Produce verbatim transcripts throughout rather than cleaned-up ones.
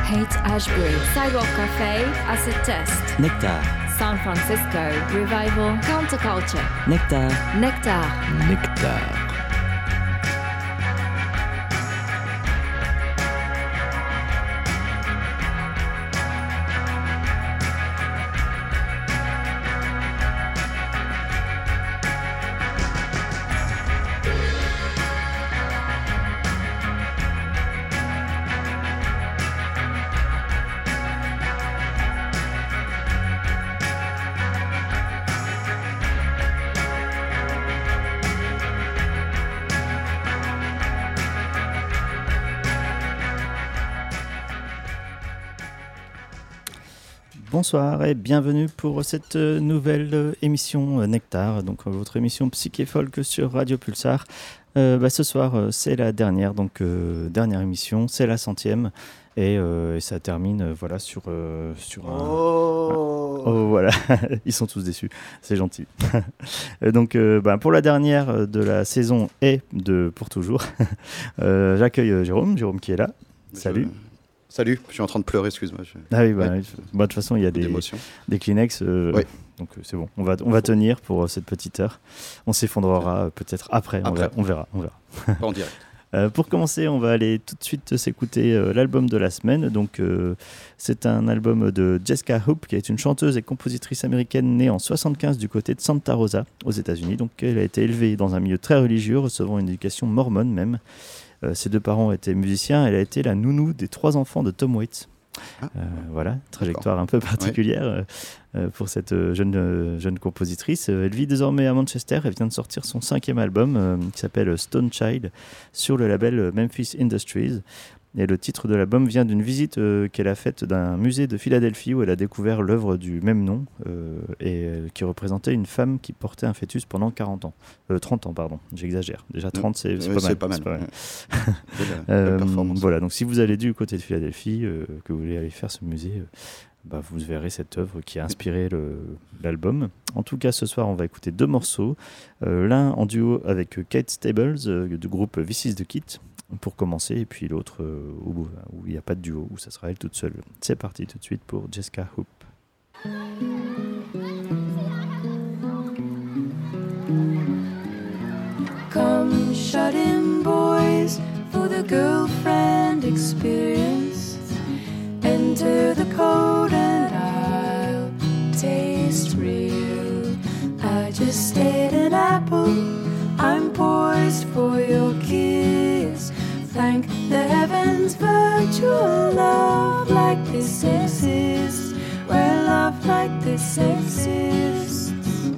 Ashbury, Sidewalk Cafe, Acid Test, Nectar, San Francisco, Revival, Counterculture, Nectar, Nectar, Nectar. Bonsoir et bienvenue pour cette nouvelle émission Nectar, donc votre émission Psyché Folk sur Radio Pulsar. Euh, bah, ce soir, c'est la dernière, donc euh, dernière émission, c'est la centième, et, euh, et ça termine, euh, voilà, sur euh, sur un. Oh, un... oh voilà, ils sont tous déçus, c'est gentil. donc, euh, bah, pour la dernière de la saison et de pour toujours, euh, j'accueille Jérôme, Jérôme qui est là. Salut. Je... Salut, je suis en train de pleurer, excuse-moi. Je... Ah oui, bah, ouais. bah, de toute façon, il y a des, des Kleenex, euh, oui. donc euh, c'est bon, on va, on va tenir pour euh, cette petite heure. On s'effondrera euh, peut-être après, après. On, verra, on verra. On verra. Pas en direct. euh, pour commencer, on va aller tout de suite s'écouter euh, l'album de la semaine. Donc, euh, c'est un album de Jessica Hoop, qui est une chanteuse et compositrice américaine née en soixante-quinze du côté de Santa Rosa, aux États-Unis. Donc, elle a été élevée dans un milieu très religieux, recevant une éducation mormone même. Euh, ses deux parents étaient musiciens. Elle a été la nounou des trois enfants de Tom Waits. Ah, euh, voilà, trajectoire un peu particulière ouais. euh, pour cette euh, jeune, euh, jeune compositrice. Euh, elle vit désormais à Manchester. Elle vient de sortir son cinquième album euh, qui s'appelle Stone Child sur le label Memphis Industries. Et le titre de l'album vient d'une visite euh, qu'elle a faite d'un musée de Philadelphie où elle a découvert l'œuvre du même nom euh, et euh, qui représentait une femme qui portait un fœtus pendant quarante ans. Euh, trente ans, pardon, j'exagère. Déjà trente, c'est, c'est, oui, pas, c'est mal. pas mal. C'est pas mal. belle, euh, belle voilà, donc si vous allez du côté de Philadelphie, euh, que vous voulez aller faire ce musée, euh, bah, vous verrez cette œuvre qui a inspiré le, l'album. En tout cas, ce soir, on va écouter deux morceaux. Euh, l'un en duo avec Kate Stables euh, du groupe This Is The Kit, pour commencer, et puis l'autre euh, où il n'y a pas de duo, où ça sera elle toute seule. C'est parti tout de suite pour Jessica Hoop. Come shut in, boys, for the girlfriend experience. Enter the code and I'll taste real. I just ate an apple, I'm poised for your kiss. Thank the heavens, virtual love like this exists, where love like this exists.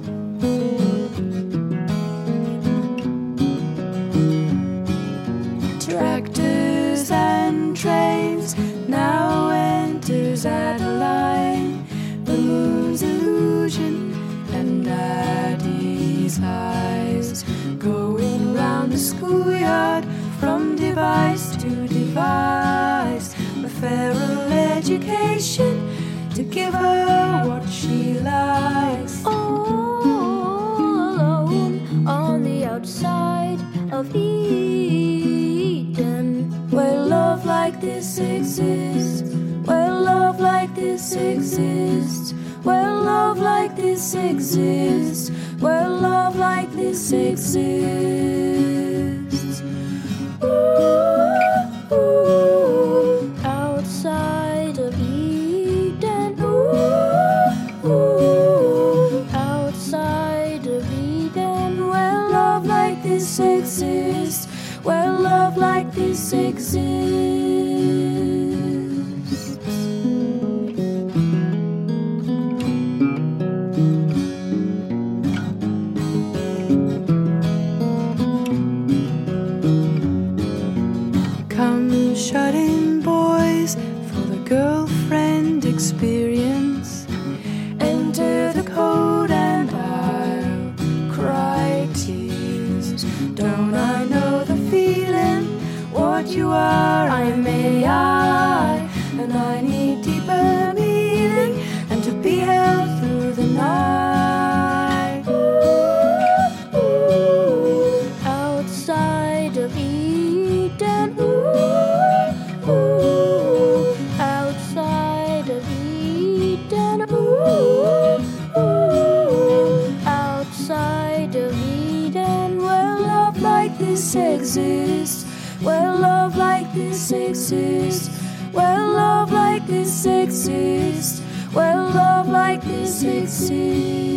Tractors and trains now enters Adeline, the moon's illusion and daddy's eyes, going round the schoolyard from device to device, a feral education to give her what she likes. All alone on the outside of Eden, where love like this exists, where love like this exists, where love like this exists, where love like this exists. Ooh, ooh, outside of Eden, ooh, ooh, outside of Eden, where love like this exists, where love like this exists. Shut in, boys, for the girlfriend experience. Enter the code and I'll cry tears. Don't I know the feeling? What you are, I'm A I, and I need deeper meaning and to be held through the night. Ooh, ooh, outside of Eden, ooh, ooh, this exists, where love like this exists, where love like this exists.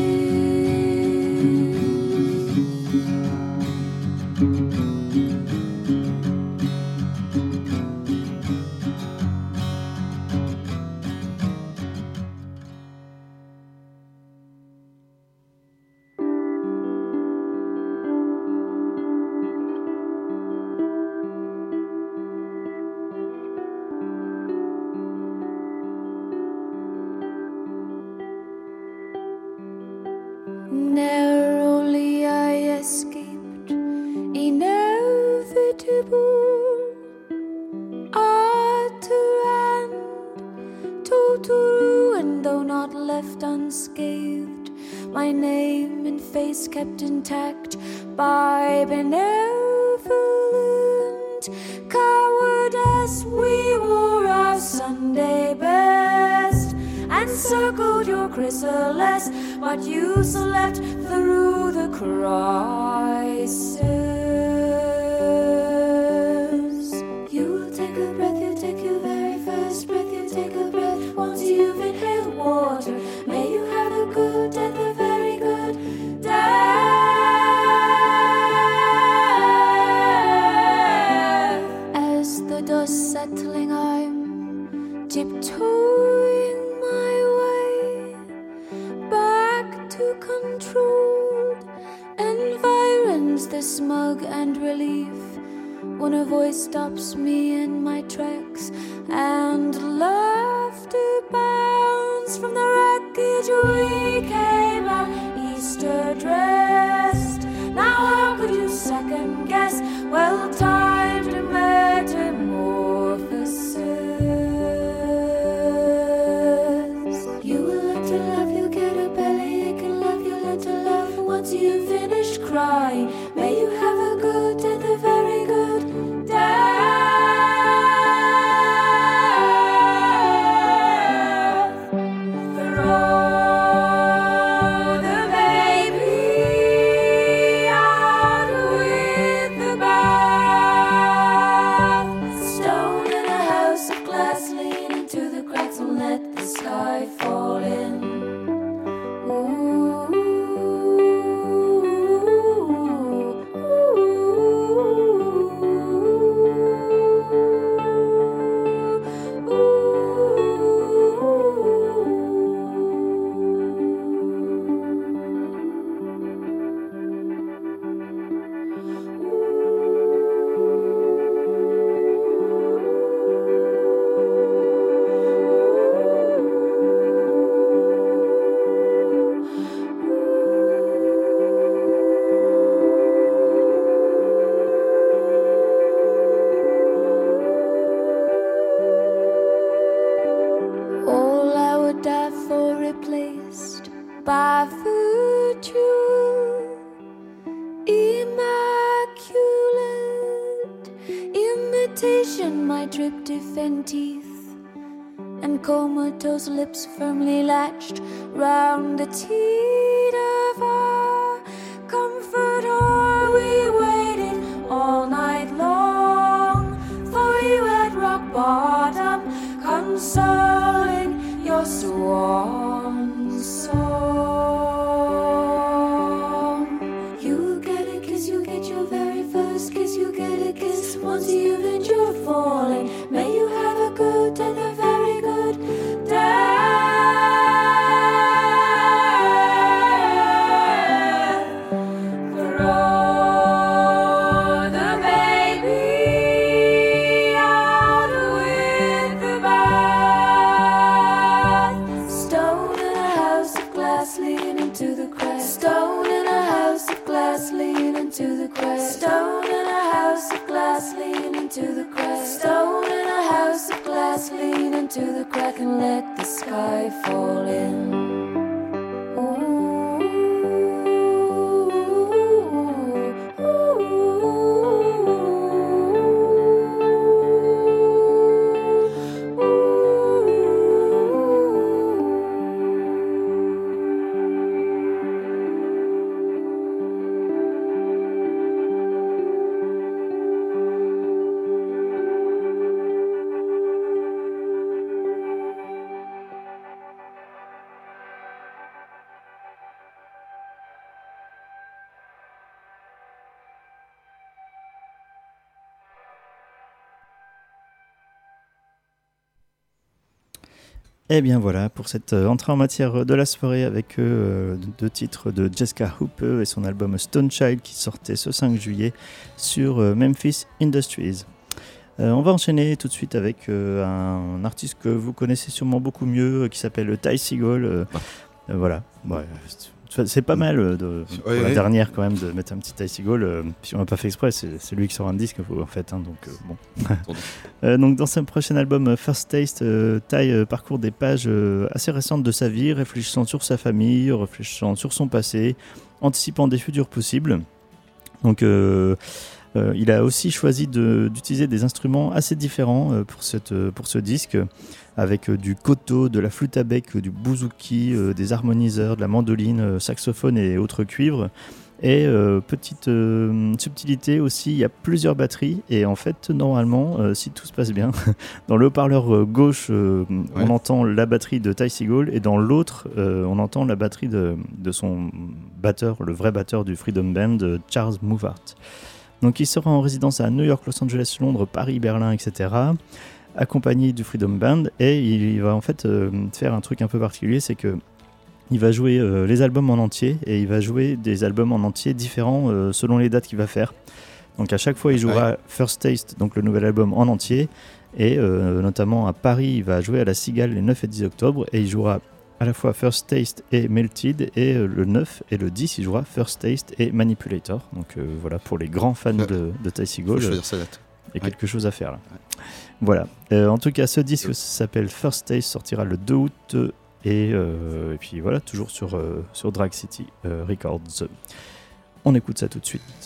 Narrowly I escaped, inevitable, utter and total, and though not left unscathed, my name and face kept intact by benevolent cowardice. We wore our Sunday best and circled your chrysalis, but you slept through the crisis. You take a breath, you take your very first breath, you take a breath once you've inhaled water. May you have a good death, a very good death. As the dust settling, I'm tiptoeing my way back to controlled environs, the smug and relief, when a voice stops me in my tracks and laughter bounds from the wreckage. We came out Easter dressed. Now how could you second guess well-timed metamorphosis? You will learn to love, you get a bellyache and love, you learn to love once you've finished crying. May you have a good death, a very good death. Throw the baby out with the bath. Stone in a house of glass, lean into the cracks and let the sky fall in. Ooh, all I would die for replaced by virtue, immaculate imitation, my tryptophan teeth and comatose lips firmly latched round the teat of our comforter. We waited all night long for you at rock bottom, consoling your swan song. You get a kiss, you get your very first kiss, you get a kiss once you've endured falling. May you have a good death, a very good death. Throw the baby out with the bath. Stone in a house of glass, lean into the crack. Stone in a house of glass, lean into the crack. Stone in a house of glass, lean into the crack. Stone in a house of glass, lean into the crack and let the sky fall in. Et bien voilà, pour cette euh, entrée en matière de la soirée avec euh, deux titres de Jessica Hoop et son album Stone Child qui sortait ce cinq juillet sur euh, Memphis Industries. Euh, on va enchaîner tout de suite avec euh, un artiste que vous connaissez sûrement beaucoup mieux, euh, qui s'appelle Ty Segall. Euh, euh, voilà, ouais, c'est, c'est pas mal euh, de, pour ouais, la ouais. dernière dernière quand même de mettre un petit Ty Segall. Euh, puis on n'a pas fait exprès, c'est, c'est lui qui sort un disque en fait. Hein, donc euh, bon. euh, donc dans son prochain album First Taste, euh, Ty euh, parcourt des pages euh, assez récentes de sa vie, réfléchissant sur sa famille, réfléchissant sur son passé, anticipant des futurs possibles. Donc euh, Euh, il a aussi choisi de, d'utiliser des instruments assez différents euh, pour, cette, euh, pour ce disque, avec euh, du koto, de la flûte à bec, euh, du bouzouki, euh, des harmoniseurs, de la mandoline, euh, saxophone et autres cuivres. Et euh, petite euh, subtilité aussi, il y a plusieurs batteries et en fait normalement, euh, si tout se passe bien, dans le haut-parleur euh, gauche, euh, ouais. on entend la batterie de Ty Segall et dans l'autre, euh, on entend la batterie de, de son batteur, le vrai batteur du Freedom Band, Charles Mouffart. Donc il sera en résidence à New York, Los Angeles, Londres, Paris, Berlin, et cetera, accompagné du Freedom Band, et il va en fait euh, faire un truc un peu particulier, c'est que il va jouer euh, les albums en entier, et il va jouer des albums en entier différents euh, selon les dates qu'il va faire. Donc à chaque fois il jouera ouais. First Taste, donc le nouvel album en entier, et euh, notamment à Paris il va jouer à la Cigale les neuf et dix octobre, et il jouera à la fois First Taste et Melted, et euh, le neuf et le dix il jouera First Taste et Manipulator. Donc euh, voilà, pour les grands fans ouais. de, de Ty Segall, il y a ouais. quelque chose à faire là. Ouais. Voilà, euh, en tout cas ce disque ouais. s'appelle First Taste, sortira le deux août, et, euh, et puis voilà, toujours sur, euh, sur Drag City euh, Records. On écoute ça tout de suite.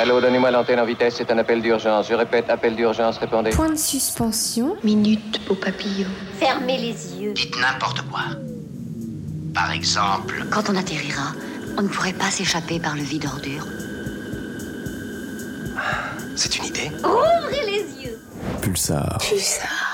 Allô, donnez-moi l'antenne en vitesse, c'est un appel d'urgence. Je répète, appel d'urgence, répondez. Point de suspension. Minute, beau papillon. Fermez les yeux. Dites n'importe quoi. Par exemple... Quand on atterrira, on ne pourrait pas s'échapper par le vide ordure. C'est une idée. Ouvrez les yeux. Pulsar. Pulsar.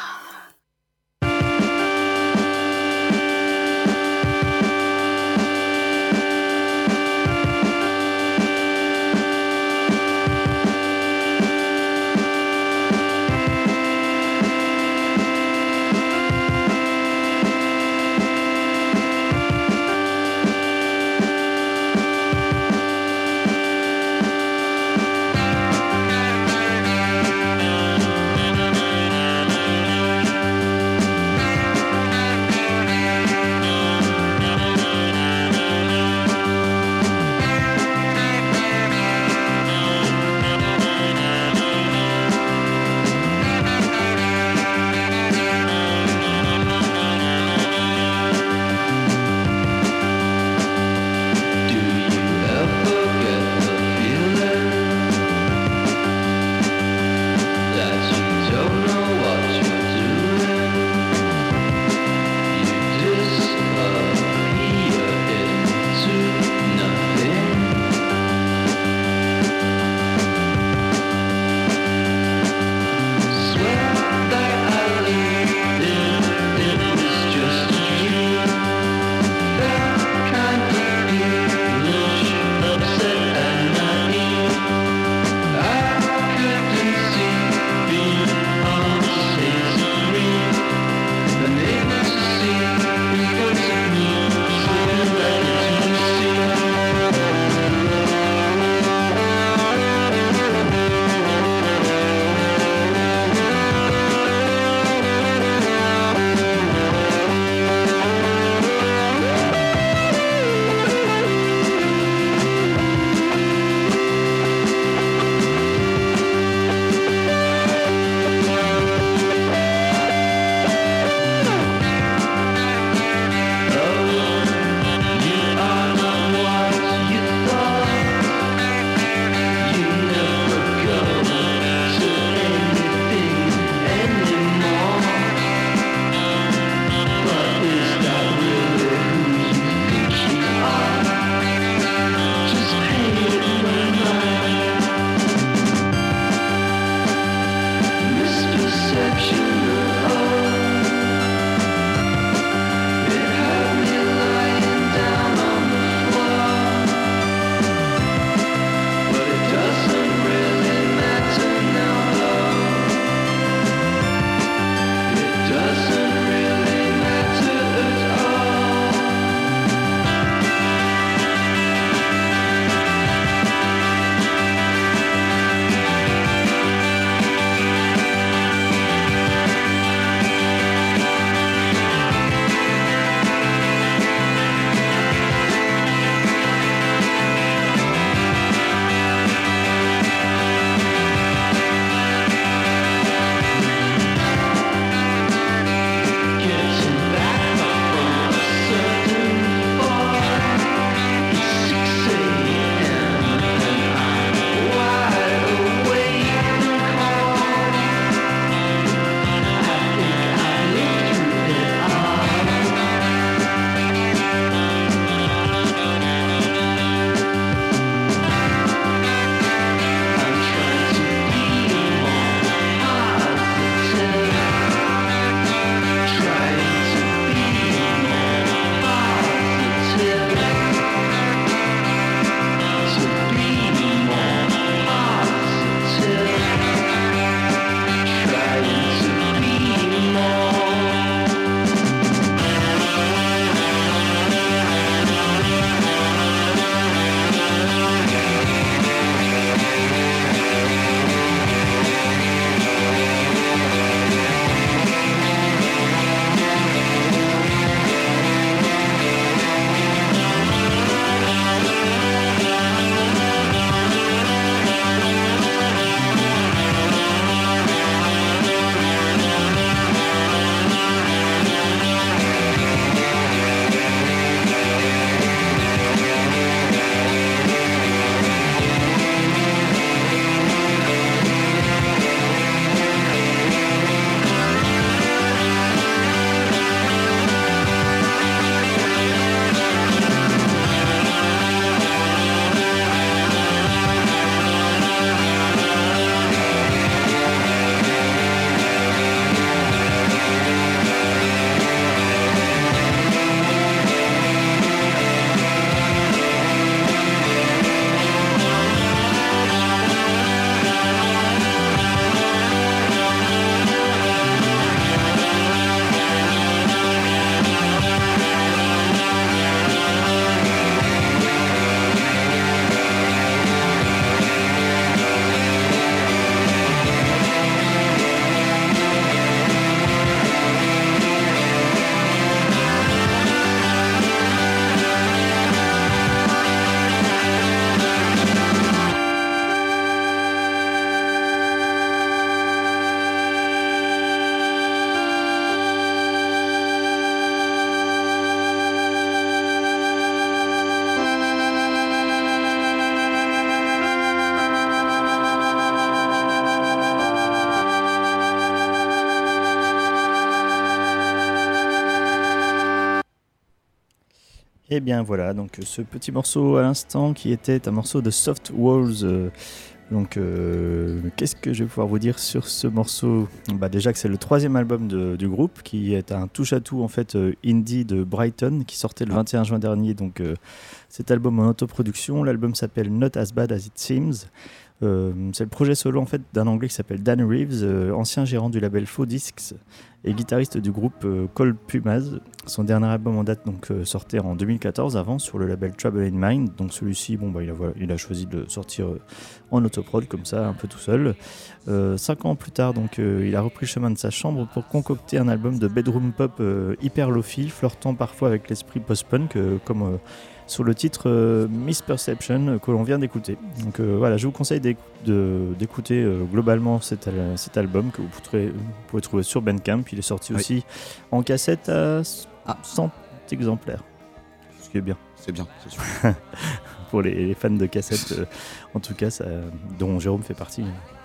Et bien voilà, donc ce petit morceau à l'instant qui était un morceau de Soft Walls. Euh, donc euh, qu'est-ce que je vais pouvoir vous dire sur ce morceau ? Bah déjà que c'est le troisième album de, du groupe, qui est un touche-à-tout en fait euh, indie de Brighton, qui sortait le vingt et un juin dernier. Donc euh, cet album en autoproduction, l'album s'appelle Not As Bad As It Seems. Euh, c'est le projet solo en fait d'un Anglais qui s'appelle Dan Reeves, euh, ancien gérant du label Faux Discs et guitariste du groupe euh, Cold Pumas. Son dernier album en date donc euh, sortait en deux mille quatorze avant sur le label Trouble in Mind. Donc celui-ci, bon bah il a, voilà, il a choisi de le sortir euh, en autoprod comme ça, un peu tout seul. Euh, cinq ans plus tard, donc euh, il a repris le chemin de sa chambre pour concocter un album de bedroom pop euh, hyper lo-fi, flirtant parfois avec l'esprit post-punk, euh, comme euh, sur le titre euh, Misperception euh, que l'on vient d'écouter. Donc euh, voilà, je vous conseille d'éc- de, d'écouter euh, globalement cet, al- cet album que vous pouvez, vous pouvez trouver sur Bandcamp. Il est sorti oui. aussi en cassette à cent exemplaires, ce qui est bien. C'est bien, c'est sûr. Pour les, les fans de cassettes, euh, en tout cas, ça, dont Jérôme fait partie.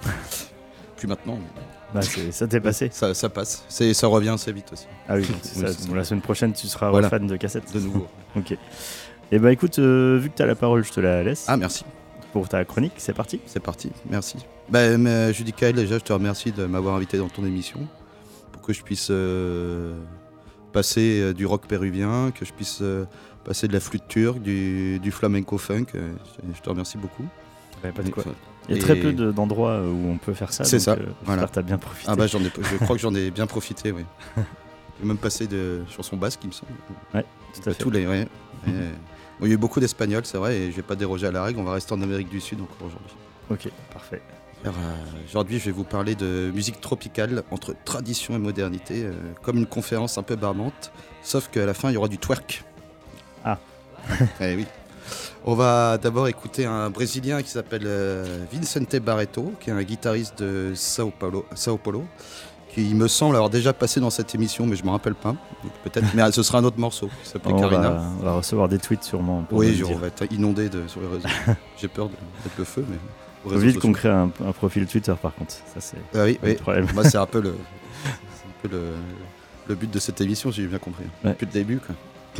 Plus maintenant. Bah, c'est, ça t'est passé. Ça, ça passe, c'est, ça revient assez vite aussi. Ah oui, c'est oui, ça. C'est bon, la semaine prochaine, tu seras voilà. fan de cassettes. De nouveau. Ok. Et bah écoute, euh, vu que tu as la parole, je te la laisse. Ah merci. Pour ta chronique, c'est parti. C'est parti, merci. Bah, mais, Judy Kyle, déjà, je te remercie de m'avoir invité dans ton émission pour que je puisse euh, passer euh, du rock péruvien, que je puisse euh, passer de la flûte turque, du, du flamenco funk. Euh, je te remercie beaucoup. Bah, pas de quoi. Il y a et... très peu de, d'endroits où on peut faire ça. C'est donc, ça. Euh, voilà. T'as bien profité. Ah bah j'en ai, je crois que j'en ai bien profité, oui. J'ai même passé de chansons basques, il me semble. Ouais, tout à fait. Tous les, ouais. et, bon, il y a eu beaucoup d'Espagnols, c'est vrai, et je vais pas déroger à la règle. On va rester en Amérique du Sud encore aujourd'hui. Ok, parfait. Alors, euh, aujourd'hui, je vais vous parler de musique tropicale entre tradition et modernité, euh, comme une conférence un peu barbante, sauf qu'à la fin, il y aura du twerk. Ah. Eh oui. On va d'abord écouter un Brésilien qui s'appelle euh, Vicente Barreto, qui est un guitariste de Sao Paulo, Sao Paulo, qui me semble avoir déjà passé dans cette émission, mais je ne me rappelle pas. Donc peut-être, mais ce sera un autre morceau qui s'appelle on Karina. Va, on va recevoir des tweets sûrement. Oui, on va être inondé de, sur les réseaux. J'ai peur de mettre le feu, mais. Il faut vite qu'on crée un, un profil Twitter par contre. Ça, c'est ah oui, oui. le problème. Moi, c'est un peu le, c'est un peu le, le but de cette émission, si j'ai bien compris. Ouais. Depuis le début, quoi.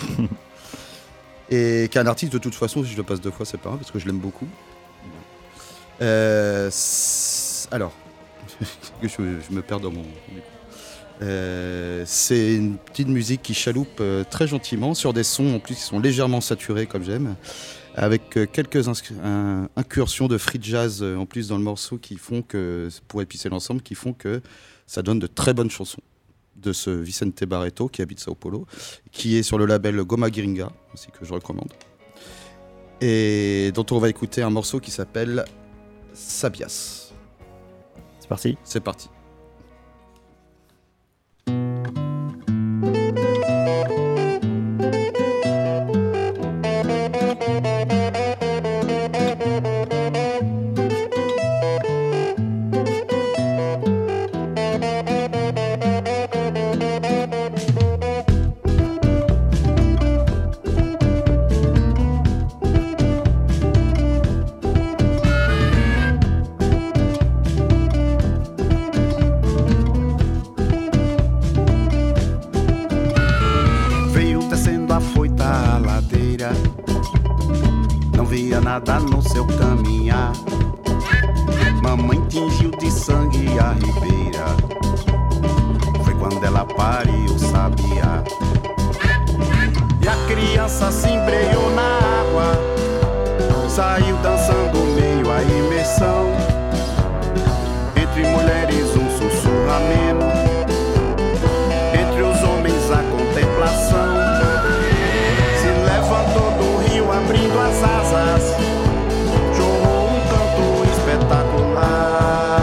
Et qui est un artiste, de toute façon, si je le passe deux fois, c'est pas grave, parce que je l'aime beaucoup. Euh, alors, je, je me perds dans mon. Euh, c'est une petite musique qui chaloupe euh, très gentiment sur des sons en plus qui sont légèrement saturés, comme j'aime, avec euh, quelques inscri- un, incursions de free jazz euh, en plus dans le morceau qui font que, pour épicer l'ensemble, qui font que ça donne de très bonnes chansons. De ce Vicente Barreto qui habite Sao Paulo, qui est sur le label Goma Gringa, aussi que je recommande, et dont on va écouter un morceau qui s'appelle Sabias. C'est parti. C'est parti. Nada no seu caminhar. Mamãe tingiu de sangue a ribeira. Foi quando ela pariu o sabiá. E a criança se embreou na água, saiu dançando meio a imersão. Entre mulheres um sussurramento, entre os homens a contemplação. Se levantou do rio abrindo as asas, jorrou um canto espetacular.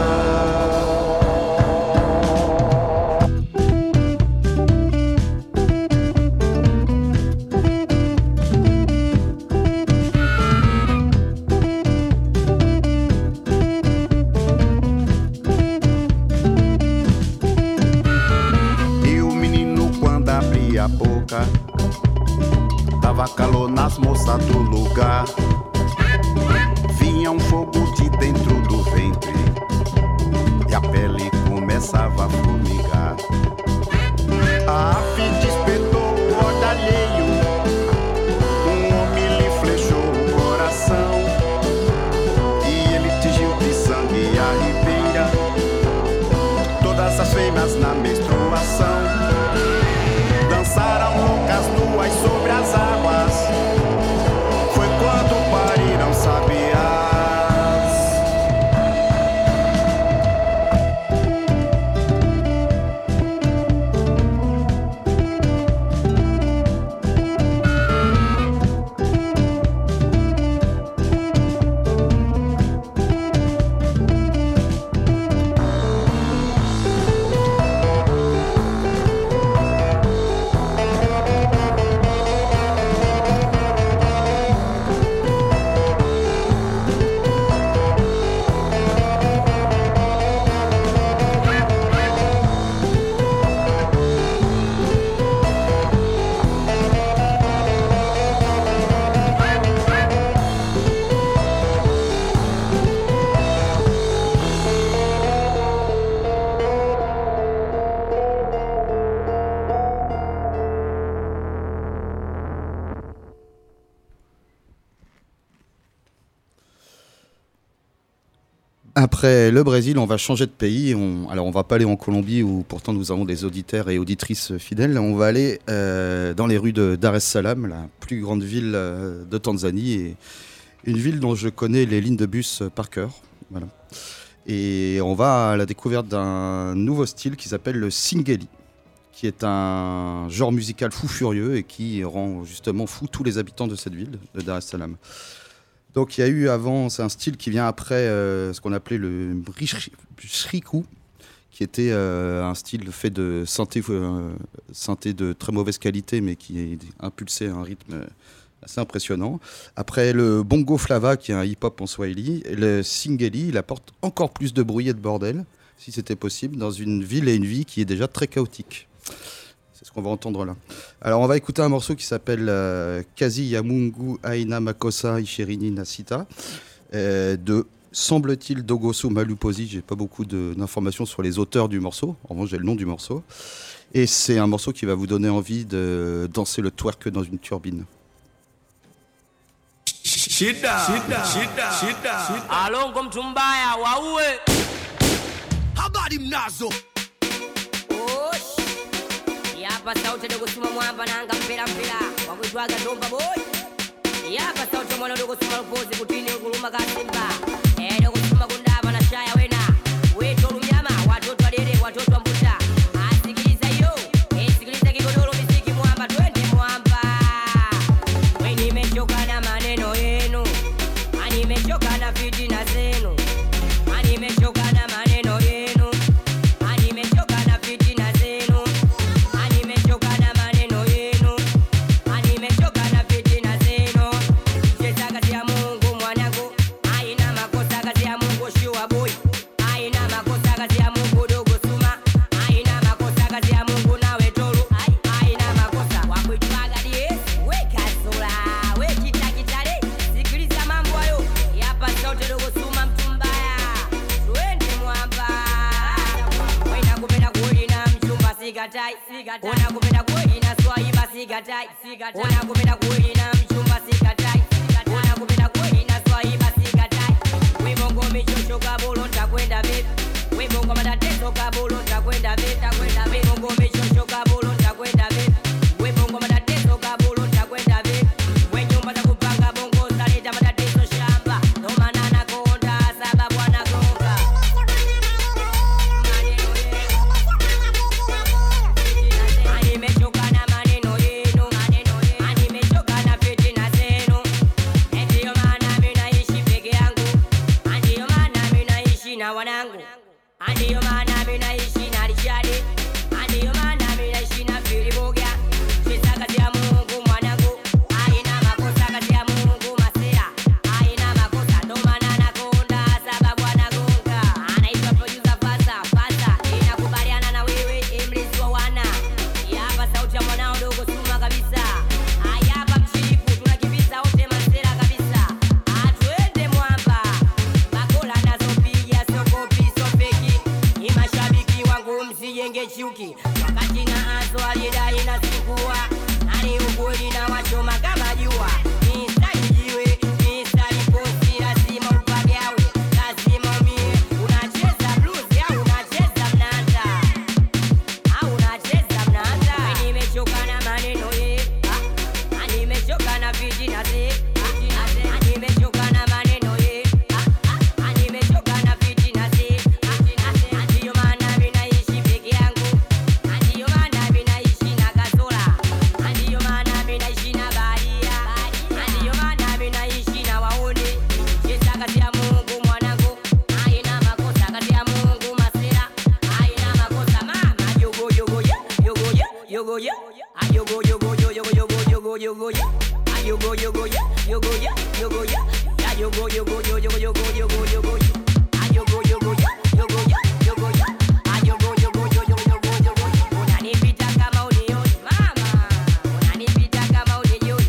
E o menino quando abria a boca, dava calor nas moças do lugar. Vinha um fogo de dentro do ventre e a pele começava a formigar. A ave despertou o olho alheio, Après le Brésil, on va changer de pays. On... Alors, on va pas aller en Colombie où pourtant nous avons des auditeurs et auditrices fidèles. On va aller euh, dans les rues de Dar es Salaam, la plus grande ville euh, de Tanzanie, et une ville dont je connais les lignes de bus par cœur. Voilà. Et on va à la découverte d'un nouveau style qui s'appelle le Singeli, qui est un genre musical fou furieux et qui rend justement fou tous les habitants de cette ville, de Dar es Salaam. Donc il y a eu avant, c'est un style qui vient après euh, ce qu'on appelait le shriku, qui était euh, un style fait de synthé, euh, synthé de très mauvaise qualité, mais qui impulsait un rythme assez impressionnant. Après le bongo flava, qui est un hip-hop en swahili, le Singeli, il apporte encore plus de bruit et de bordel, si c'était possible, dans une ville et une vie qui est déjà très chaotique. C'est ce qu'on va entendre là. Alors on va écouter un morceau qui s'appelle euh, Kazi ya Mungu Aina Makosa Ishirini Nasita euh, de, semble-t-il, Dogoso Maluposi. J'ai pas beaucoup de, d'informations sur les auteurs du morceau. En revanche, j'ai le nom du morceau. Et c'est un morceau qui va vous donner envie de danser le twerk dans une turbine. Shida, shida, shida, shida. Alongo mtumbaya waue. Habari mnazo. Yapa sauti dogo suma mwamba nanga mpira mpira wakuitwaga domba boy. Yapa sauti mwana dogo suma lupozi kutini nguluma kasimba. Eh dogo suma kundaba na shaya wena. Weto lumyama watoto walele watoto mbuta. Asikiliza yo. Eh sikiliza kigodoro misiki mwamba twende mwamba. We nimechoka na maneno yenu. Ani nimechoka na fitina zenu. Ani nimechoka na maneno yenu. Ani nimechoka na fitina zenu. Ona kupenda kweli na swaiba sigatai. Ona kupenda kweli na mchumba sigatai. Ona kupenda kweli na swaiba sigatai. We bongo michocho kabolo nitakwenda vipi? We bongo matatizo kabolo nitakwenda vipi? Nitakwenda vipi? Bongo michocho kabolo nitakwenda vipi? We bongo matatizo kabolo nitakwenda vipi? We nyumba za kupanga bongo zaleta matatizo shamba. Ndo maana nakonda sababu anagonga. Nimechoka na maneno yenu, nimechoka na fitina zenu. Ndio maana mimi naishi peke yangu, ndio maana mimi naishi na wanangu, ndio maana mimi naishi na Richard, ndio maana mimi naishi na Filiboga. Cheza kazi ya Mungu mwanangu, haina makosa kazi ya Mungu masera, haina makosa ndo maana nakonda sababu anagonga. Anaitwa producer Faza, Faza inakubaliana na wewe Emrisi wa wana. Hapa sauti ya mwanao dogo suma kabisa. Haya hapa mchifu tunakimbiza wote masera kabisa. Atuende mwamba. Makola nazopiga sio kopi sio feki. Ni mashabiki wangu msijenge chuki. Wakati na azo alidai na sikuwa. Nani ukweli na wachoma kama jua. Ni stajiwe, ni staliposi lazima upagawe. Lazima mie unacheza blues au unacheza mnanda. Au unacheza mnanda. We nimechoka na maneno ye. Ah, nimechoka na fitina ze. Ah, nimechoka na maneno ye. Ah, nimechoka na fitina ze. Ndio maana mimi naishi peke yangu. Ndio maana mimi naishi na Kazola. Ndio maana mimi naishi na Baria. Ndio maana mimi naishi na waone. Cheza kazi ya Mungu mwanangu. Haina makosa kazi ya Mungu masera. Haina makosa mama yogo yogo ya yogo ya yogo ya ayogo yogo yogo yogo yogo yogo ya ayogo yogo ya yogo ya yogo ya ayogo yogo yogo yogo yogo yogo ya ayogo yogo ya yogo ya yogo ya ayogo yogo yogo yogo yogo unanipita kama unioni mama unanipita kama unioni.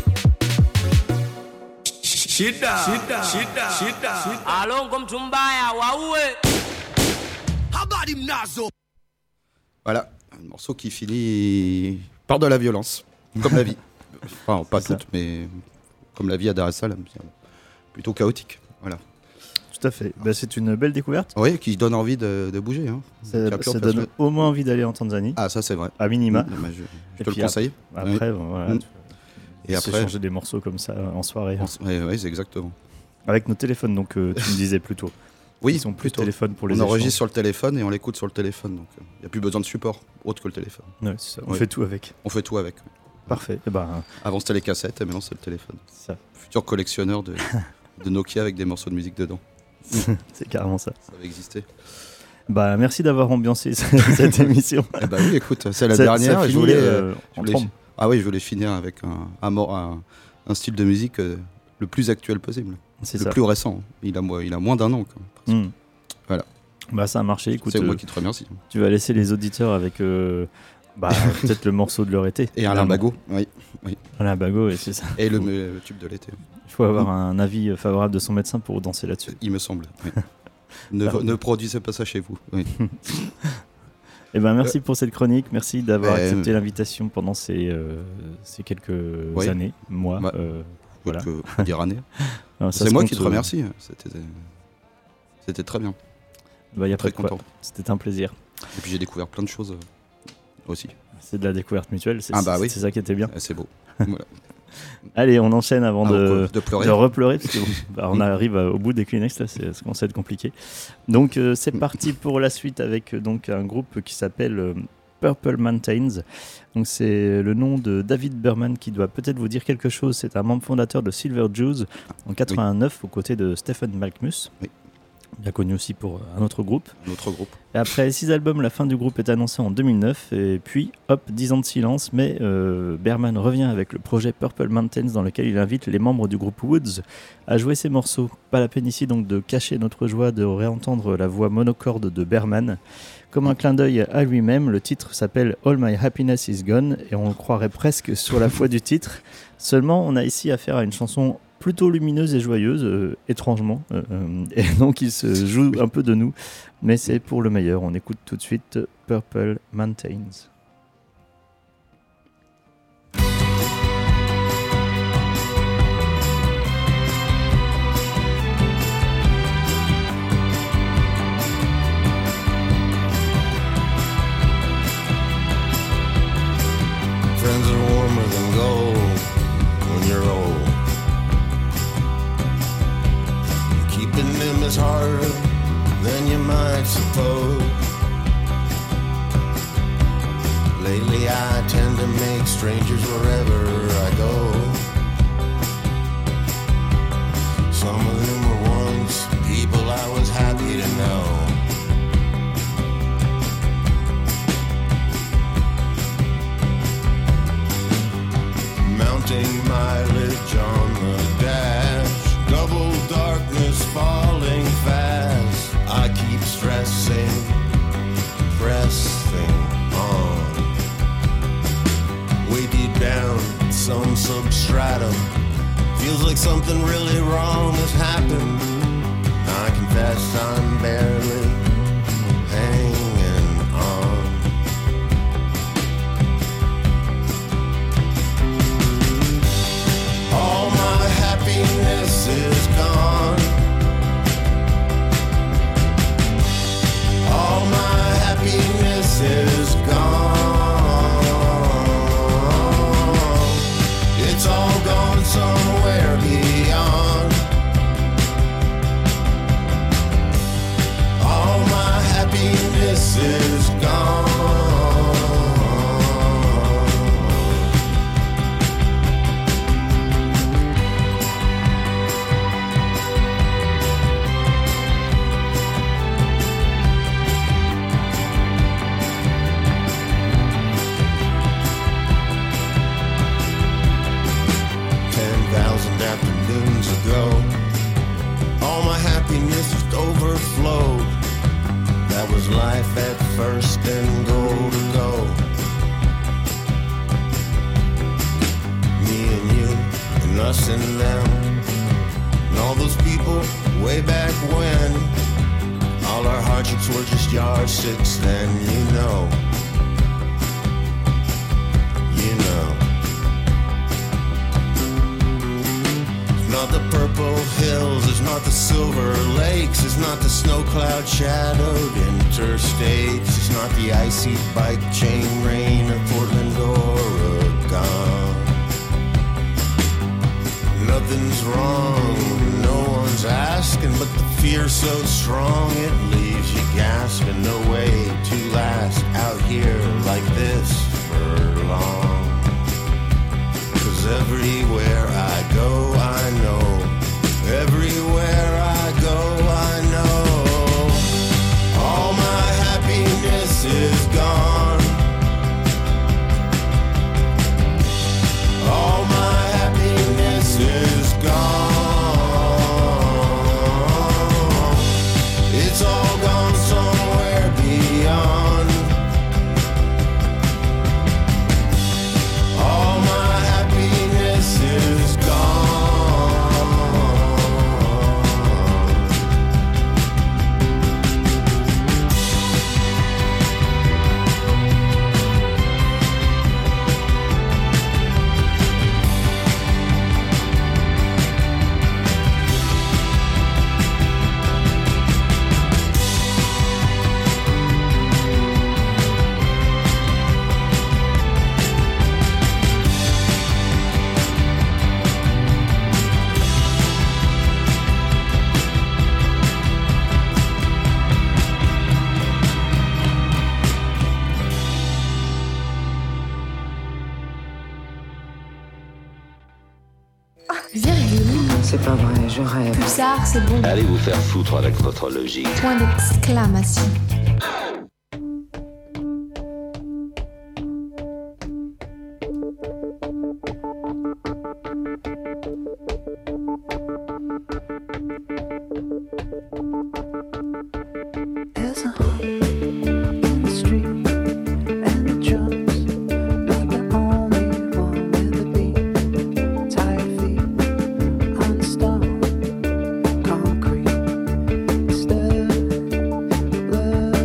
Shida shida shida shida Alongo mtumbaya waue. Habari mnazo. Voilà, un morceau qui finit par de la violence, comme la vie. Enfin, pas toute, mais comme la vie à Dar es Salaam, c'est plutôt chaotique. Voilà. Tout à fait. Bah, c'est une belle découverte. Oui, qui donne envie de, de bouger. Hein. Ça, ça donne de... au moins envie d'aller en Tanzanie. Ah, ça c'est vrai. À minima. Mmh, je je te le conseille. Après, oui. voilà. Mmh. Et après, changer des morceaux comme ça en soirée. En... Oui, oui, c'est exactement. Avec nos téléphones, donc euh, tu me disais plus tôt. Oui, ils sont plus téléphones pour les on échanges. enregistre sur le téléphone et on l'écoute sur le téléphone, donc il euh, n'y a plus besoin de support autre que le téléphone. Ouais, c'est ça. On oui. fait tout avec. On fait tout avec. Oui. Parfait. Et ben, avant c'était les cassettes et maintenant c'est le téléphone. C'est ça. Futur collectionneur de, de Nokia avec des morceaux de musique dedans. C'est carrément ça. Ça va exister. Bah merci d'avoir ambiancé cette émission. Eh bah oui, écoute, c'est la ça, dernière. Ça je voulais, euh, je voulais ah oui, je voulais finir avec un, un, un, un style de musique euh, le plus actuel possible. C'est le ça. plus récent. Il a, il a moins d'un an. Quoi, mmh. Voilà. Bah ça a marché. Écoute, c'est euh, moi qui te remercie. Tu vas laisser les auditeurs avec euh, bah, peut-être le morceau de leur été. Et un limbago. Oui, oui. Un limbago, et c'est ça. Et le, le tube de l'été. Il faut avoir mmh. un avis favorable de son médecin pour danser là-dessus. Il me semble. Oui. ne, ne produisez pas ça chez vous. Oui. Eh ben merci euh, pour cette chronique, merci d'avoir euh, accepté l'invitation pendant ces, euh, ces quelques oui. années, mois. Bah, euh, voilà. Que, faut dire années. C'est moi qui te remercie. Euh... C'était, c'était très bien. Bah, y a très pas de content. Quoi. C'était un plaisir. Et puis j'ai découvert plein de choses euh, aussi. C'est de la découverte mutuelle. C'est, ah bah oui. C'est ça qui était bien. C'est beau. Voilà. Allez, on enchaîne avant ah, de, de, pleurer. de repleurer, parce qu'on bah, on arrive au bout des Kleenex, là, c'est, ça commence à être compliqué. Donc euh, c'est parti pour la suite avec donc, un groupe qui s'appelle euh, Purple Mountains. Donc, c'est le nom de David Berman qui doit peut-être vous dire quelque chose. C'est un membre fondateur de Silver Jews en quatre-vingt-neuf oui. aux côtés de Stephen Malkmus. Oui. Bien connu aussi pour un autre groupe. Un autre groupe. Et après six albums, la fin du groupe est annoncée en deux mille neuf. Et puis, hop, dix ans de silence. Mais euh, Berman revient avec le projet Purple Mountains dans lequel il invite les membres du groupe Woods à jouer ses morceaux. Pas la peine ici donc de cacher notre joie de réentendre la voix monocorde de Berman. Comme un clin d'œil à lui-même, le titre s'appelle All My Happiness Is Gone et on le croirait presque sur la foi du titre. Seulement, on a ici affaire à une chanson plutôt lumineuse et joyeuse, euh, étrangement. Euh, et donc, il se joue un peu de nous, mais c'est pour le meilleur. On écoute tout de suite Purple Mountains. Friends are warmer than gold when you're old. Keeping them is harder than you might suppose. Lately I tend to make strangers wherever I go. Some of them were once people I was happy to know. Mounting mileage on the dash, double darkness falling fast. I keep stressing, pressing on. Way deep down, some substratum feels like something really wrong has happened. I confess I'm barely hanging on. All my happiness is gone. All my happiness is gone. It's all gone somewhere beyond. All my happiness is gone. Afternoons ago, all my happiness just overflowed. That was life at first and go to go. Me and you and us and them and all those people way back when. All our hardships were just yardsticks then, you know. You know. Not the purple hills, there's not the Silver Lakes, it's not the snow cloud shadowed interstates, it's not the icy bike chain rain of Portland, Oregon. Nothing's wrong, no one's asking, but the fear's so strong it leaves you gasping. No way to last out here like this for long. 'Cause everywhere I go, I know. Everywhere I go, I know. All my happiness is gone. All my happiness is gone. It's all gone somewhere beyond. All my happiness is gone. C'est pas vrai, je rêve. Pulsar, c'est bon. Allez vous faire foutre avec votre logique. Point d'exclamation. Love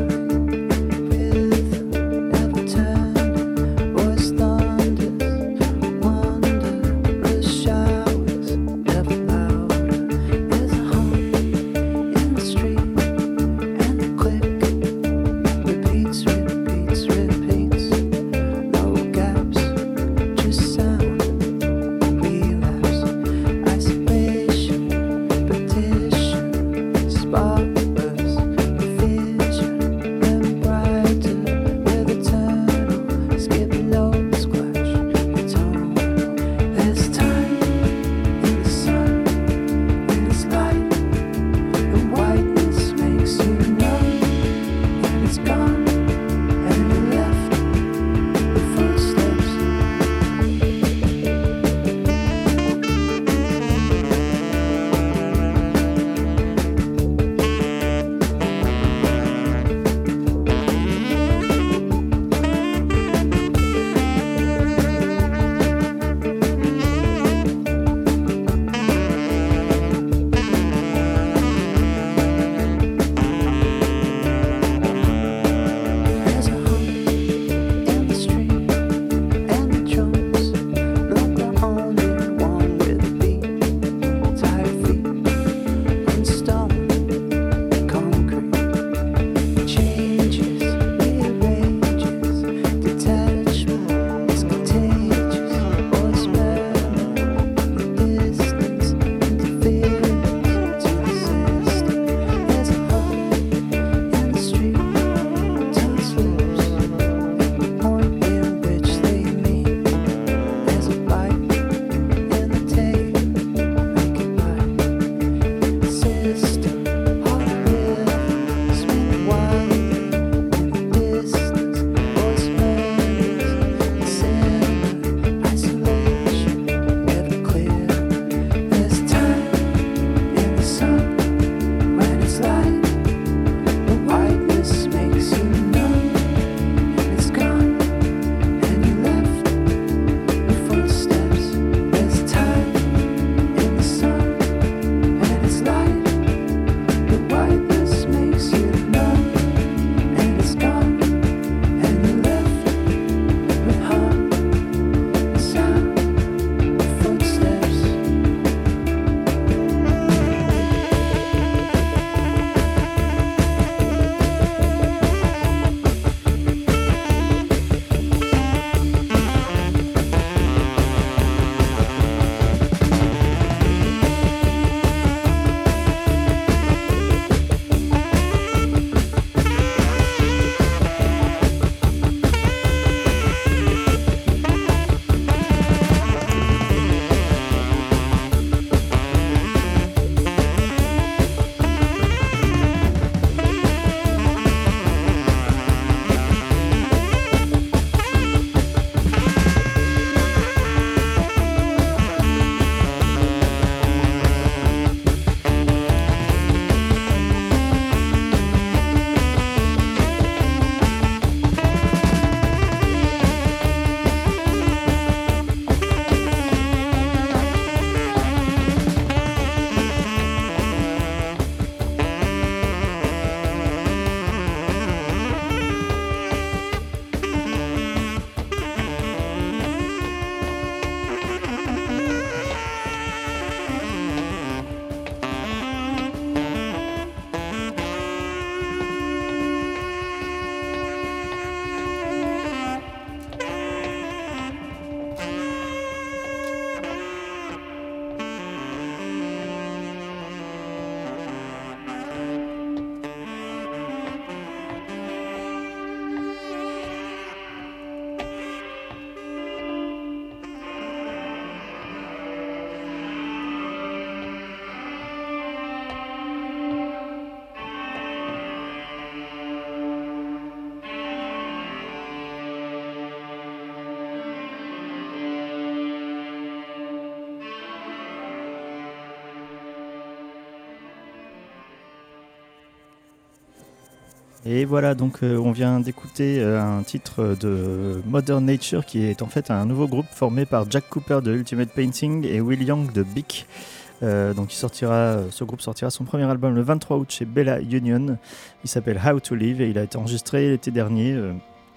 Et voilà, donc euh, on vient d'écouter euh, un titre de Modern Nature qui est en fait un nouveau groupe formé par Jack Cooper de Ultimate Painting et Will Young de Bic. Euh, donc il sortira, ce groupe sortira son premier album le vingt-trois août chez Bella Union. Il s'appelle How to Live et il a été enregistré l'été dernier euh,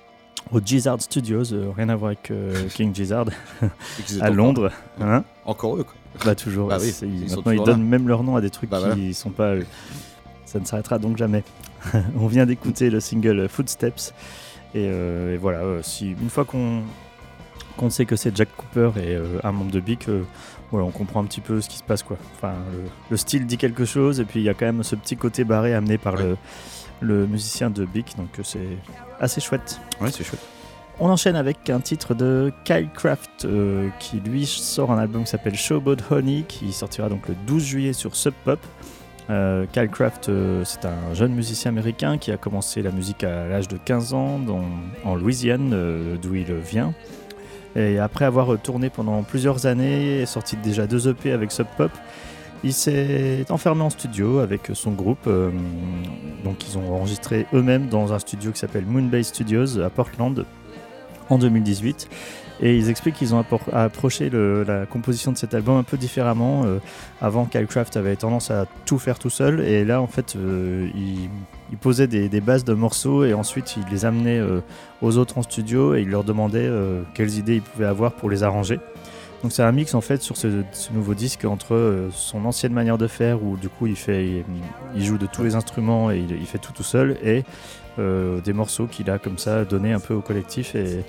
au Gizzard Studios, euh, rien à voir avec euh, King Gizzard, à Londres. Hein encore eux quoi. Bah toujours, bah, oui, c'est, ils maintenant ils donnent même leur nom à des trucs bah, qui voilà. sont pas... Euh, ça ne s'arrêtera donc jamais. On vient d'écouter le single Footsteps et, euh, et voilà, euh, si, une fois qu'on, qu'on sait que c'est Jack Cooper et euh, un membre de Bic, euh, voilà, on comprend un petit peu ce qui se passe quoi. Enfin, le, le style dit quelque chose et puis il y a quand même ce petit côté barré amené par ouais. le, le musicien de Bic, donc c'est assez chouette. Ouais, c'est chouette. On enchaîne avec un titre de Kyle Craft euh, qui lui sort un album qui s'appelle Showboat Honey qui sortira donc le douze juillet sur Sub Pop. Euh, Kyle Craft, euh, c'est un jeune musicien américain qui a commencé la musique à l'âge de quinze ans dans, en Louisiane, euh, d'où il vient. Et après avoir tourné pendant plusieurs années et sorti déjà deux E P avec Sub Pop, il s'est enfermé en studio avec son groupe. Euh, donc ils ont enregistré eux-mêmes dans un studio qui s'appelle Moonbase Studios à Portland en deux mille dix-huit. Et ils expliquent qu'ils ont appro- approché le, la composition de cet album un peu différemment. Euh, avant, Kyle Craft avait tendance à tout faire tout seul. Et là, en fait, euh, il, il posait des, des bases de morceaux et ensuite il les amenait euh, aux autres en studio et il leur demandait euh, quelles idées ils pouvaient avoir pour les arranger. Donc c'est un mix en fait sur ce, ce nouveau disque entre euh, son ancienne manière de faire où du coup il, fait, il, il joue de tous les instruments et il, il fait tout tout seul et euh, des morceaux qu'il a comme ça donnés un peu au collectif et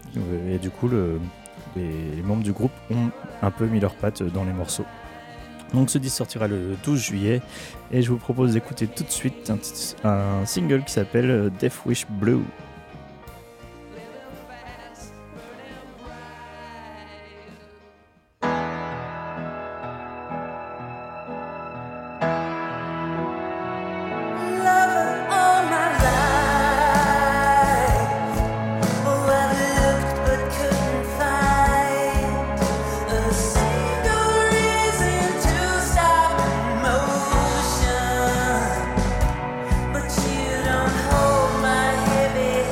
Et du coup, le, les, les membres du groupe ont un peu mis leurs pattes dans les morceaux. Donc ce disque sortira le douze juillet et je vous propose d'écouter tout de suite un, un single qui s'appelle Death Wish Blue. But you don't hold my heavy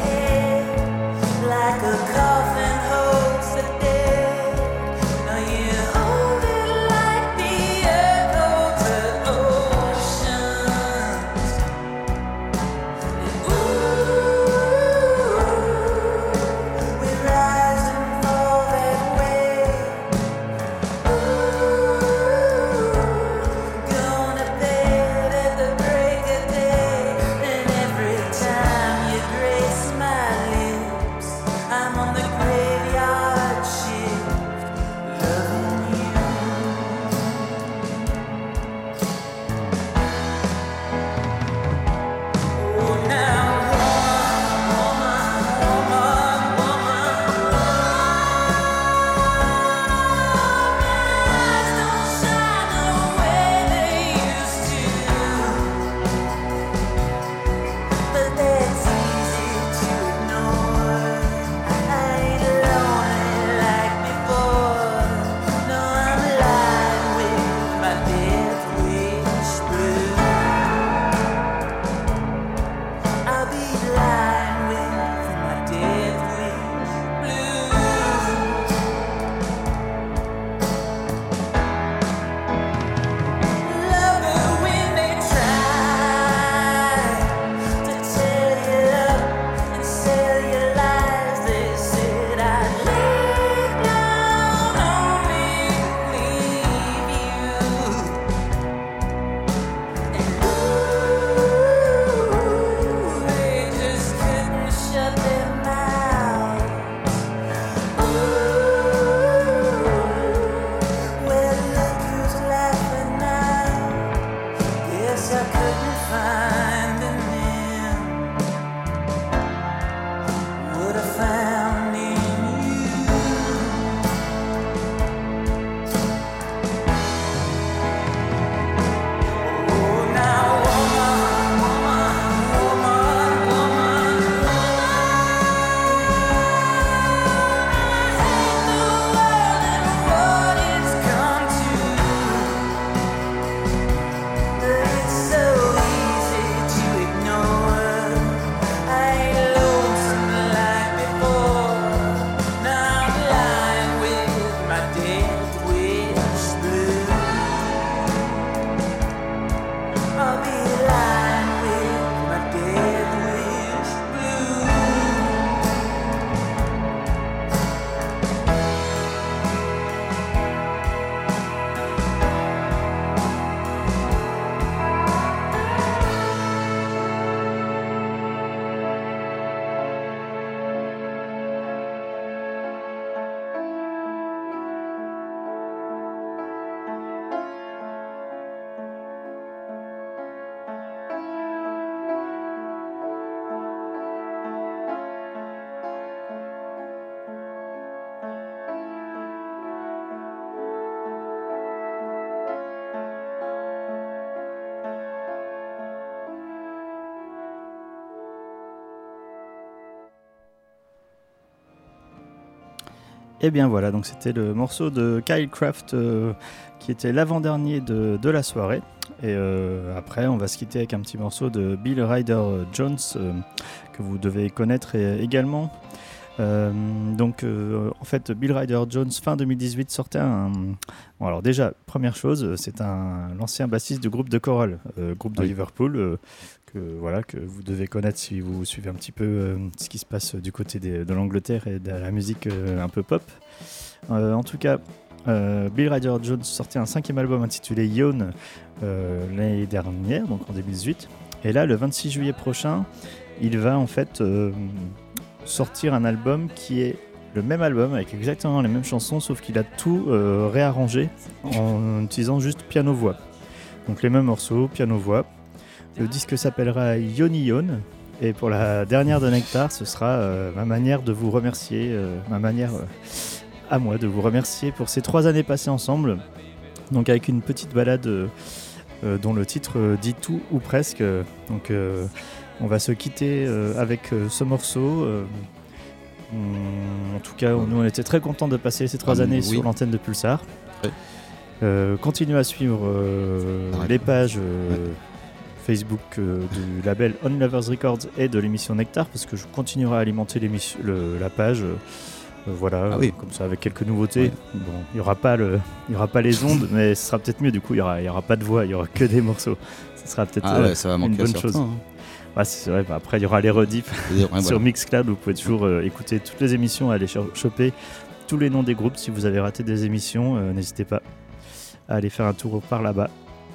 Et bien voilà, donc c'était le morceau de Kyle Craft euh, qui était l'avant-dernier de, de la soirée. Et euh, après, on va se quitter avec un petit morceau de Bill Ryder Jones euh, que vous devez connaître et, également. Euh, donc euh, en fait, Bill Ryder Jones fin deux mille dix-huit sortait un. Bon, alors déjà, première chose, c'est un l'ancien bassiste du groupe de Coral, euh, groupe de oui. Liverpool. Euh, que, voilà, que vous devez connaître si vous suivez un petit peu euh, ce qui se passe du côté des, de l'Angleterre et de la musique euh, un peu pop. Euh, en tout cas, euh, Bill Ryder Jones sortait un cinquième album intitulé Yawn euh, l'année dernière, donc en deux mille dix-huit. Et là, le vingt-six juillet prochain, il va en fait euh, sortir un album qui est le même album avec exactement les mêmes chansons, sauf qu'il a tout euh, réarrangé en utilisant juste piano-voix. Donc les mêmes morceaux, piano-voix. Le disque s'appellera Yoni Yawn, et pour la dernière de Nectar, ce sera euh, ma manière de vous remercier, euh, ma manière euh, à moi de vous remercier pour ces trois années passées ensemble. Donc avec une petite balade euh, euh, dont le titre euh, dit tout ou presque. Donc euh, on va se quitter euh, avec euh, ce morceau. Euh, on, en tout cas, nous on était très contents de passer ces trois ah, années oui. sur l'antenne de Pulsar. Ouais. Euh, continuez à suivre euh, les pages. Euh, ouais. Facebook euh, du label On Lovers Records et de l'émission Nectar, parce que je continuerai à alimenter le, la page euh, euh, voilà, ah oui. comme ça avec quelques nouveautés. Ouais. Bon, il n'y aura pas le, il y aura pas les ondes, mais ce sera peut-être mieux, du coup il n'y aura, il y aura pas de voix, il n'y aura que des morceaux. Ce sera peut-être ah euh, ouais, ça va une bonne certains, chose. Hein. Ouais, c'est vrai, bah après il y aura les rediffs sur voilà. Mixcloud, vous pouvez toujours euh, écouter toutes les émissions, aller choper tous les noms des groupes. Si vous avez raté des émissions, euh, n'hésitez pas à aller faire un tour par là-bas.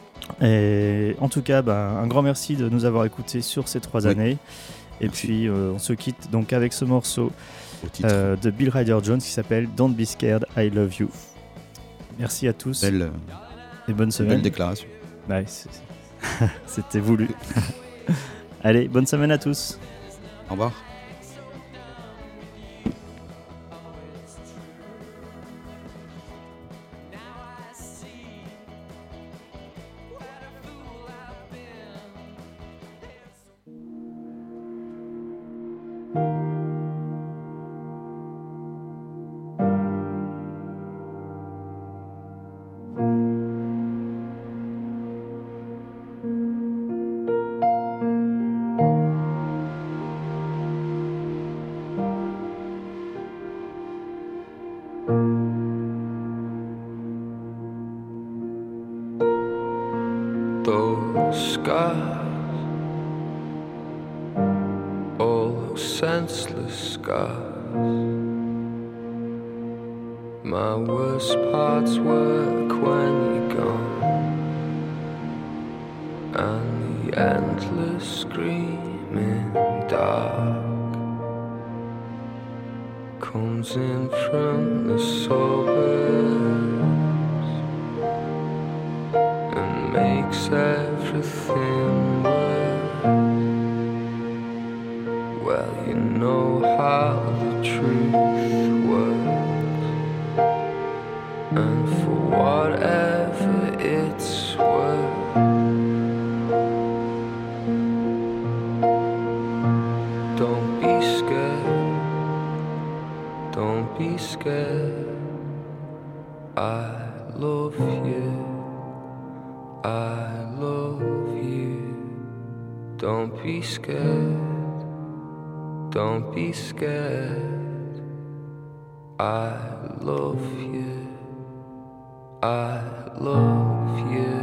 Et en tout cas, bah, un grand merci de nous avoir écoutés sur ces trois oui. années. Et merci. Puis euh, on se quitte donc avec ce morceau euh, de Bill Ryder Jones qui s'appelle Don't Be Scared, I Love You. Merci à tous belle, et bonne semaine. Belle déclaration. Ouais, c'est... C'était voulu. Allez, bonne semaine à tous. Au revoir. Those scars, all those senseless scars. My worst parts work when you're gone, and the endless screaming dark comes in from the suburbs and makes everything worse. Well, you know how the truth works, and for whatever it's worth, don't be scared, don't be scared. I love you, I love you. Don't be scared, don't be scared. I love you, I love you.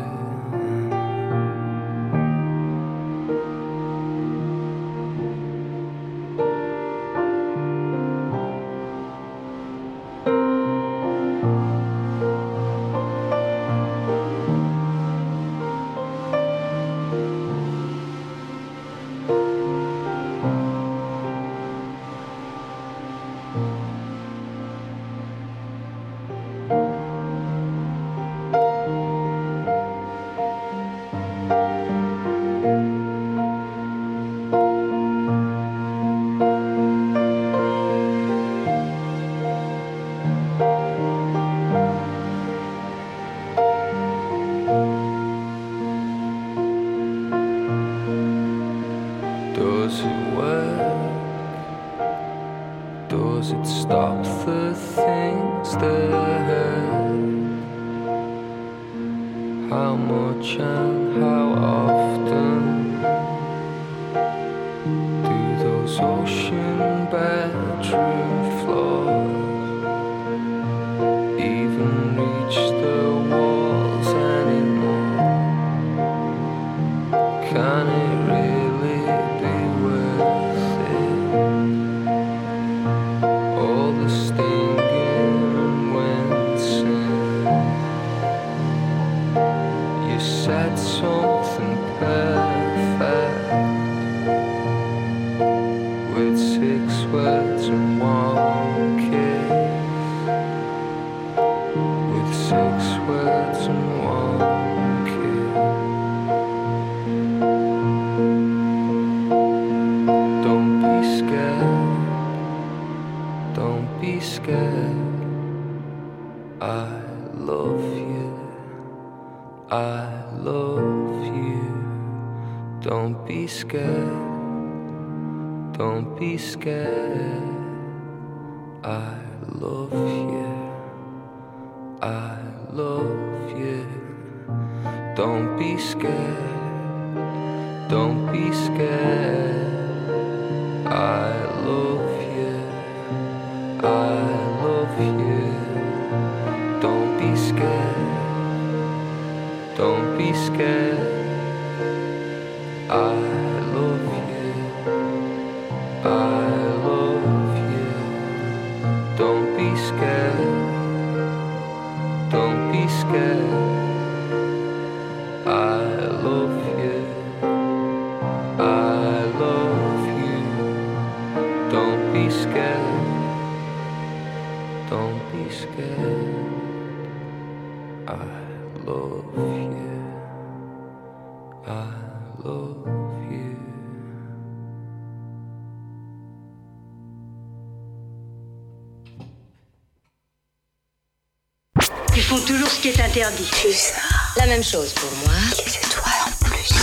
head. How much and how often do those ocean bedroom floors even reach the walls anymore? Can it really be worth it? All the stinging and wincing. You said something perfect with six words and one kiss. With six words and one kiss. Don't be scared. Don't be scared. I love you. I love you. Don't be scared. Don't be scared. I love you. I love you. Don't be scared. Don't be scared. I love you. I love you. Don't be scared. Don't be scared. I love you. I love you. Don't be scared. Don't be scared. I love you. I love you. Don't be scared. Don't be scared. I love you. I love you. Ils font toujours ce qui est interdit. Plus ça. La même chose pour moi. Qu'est-ce que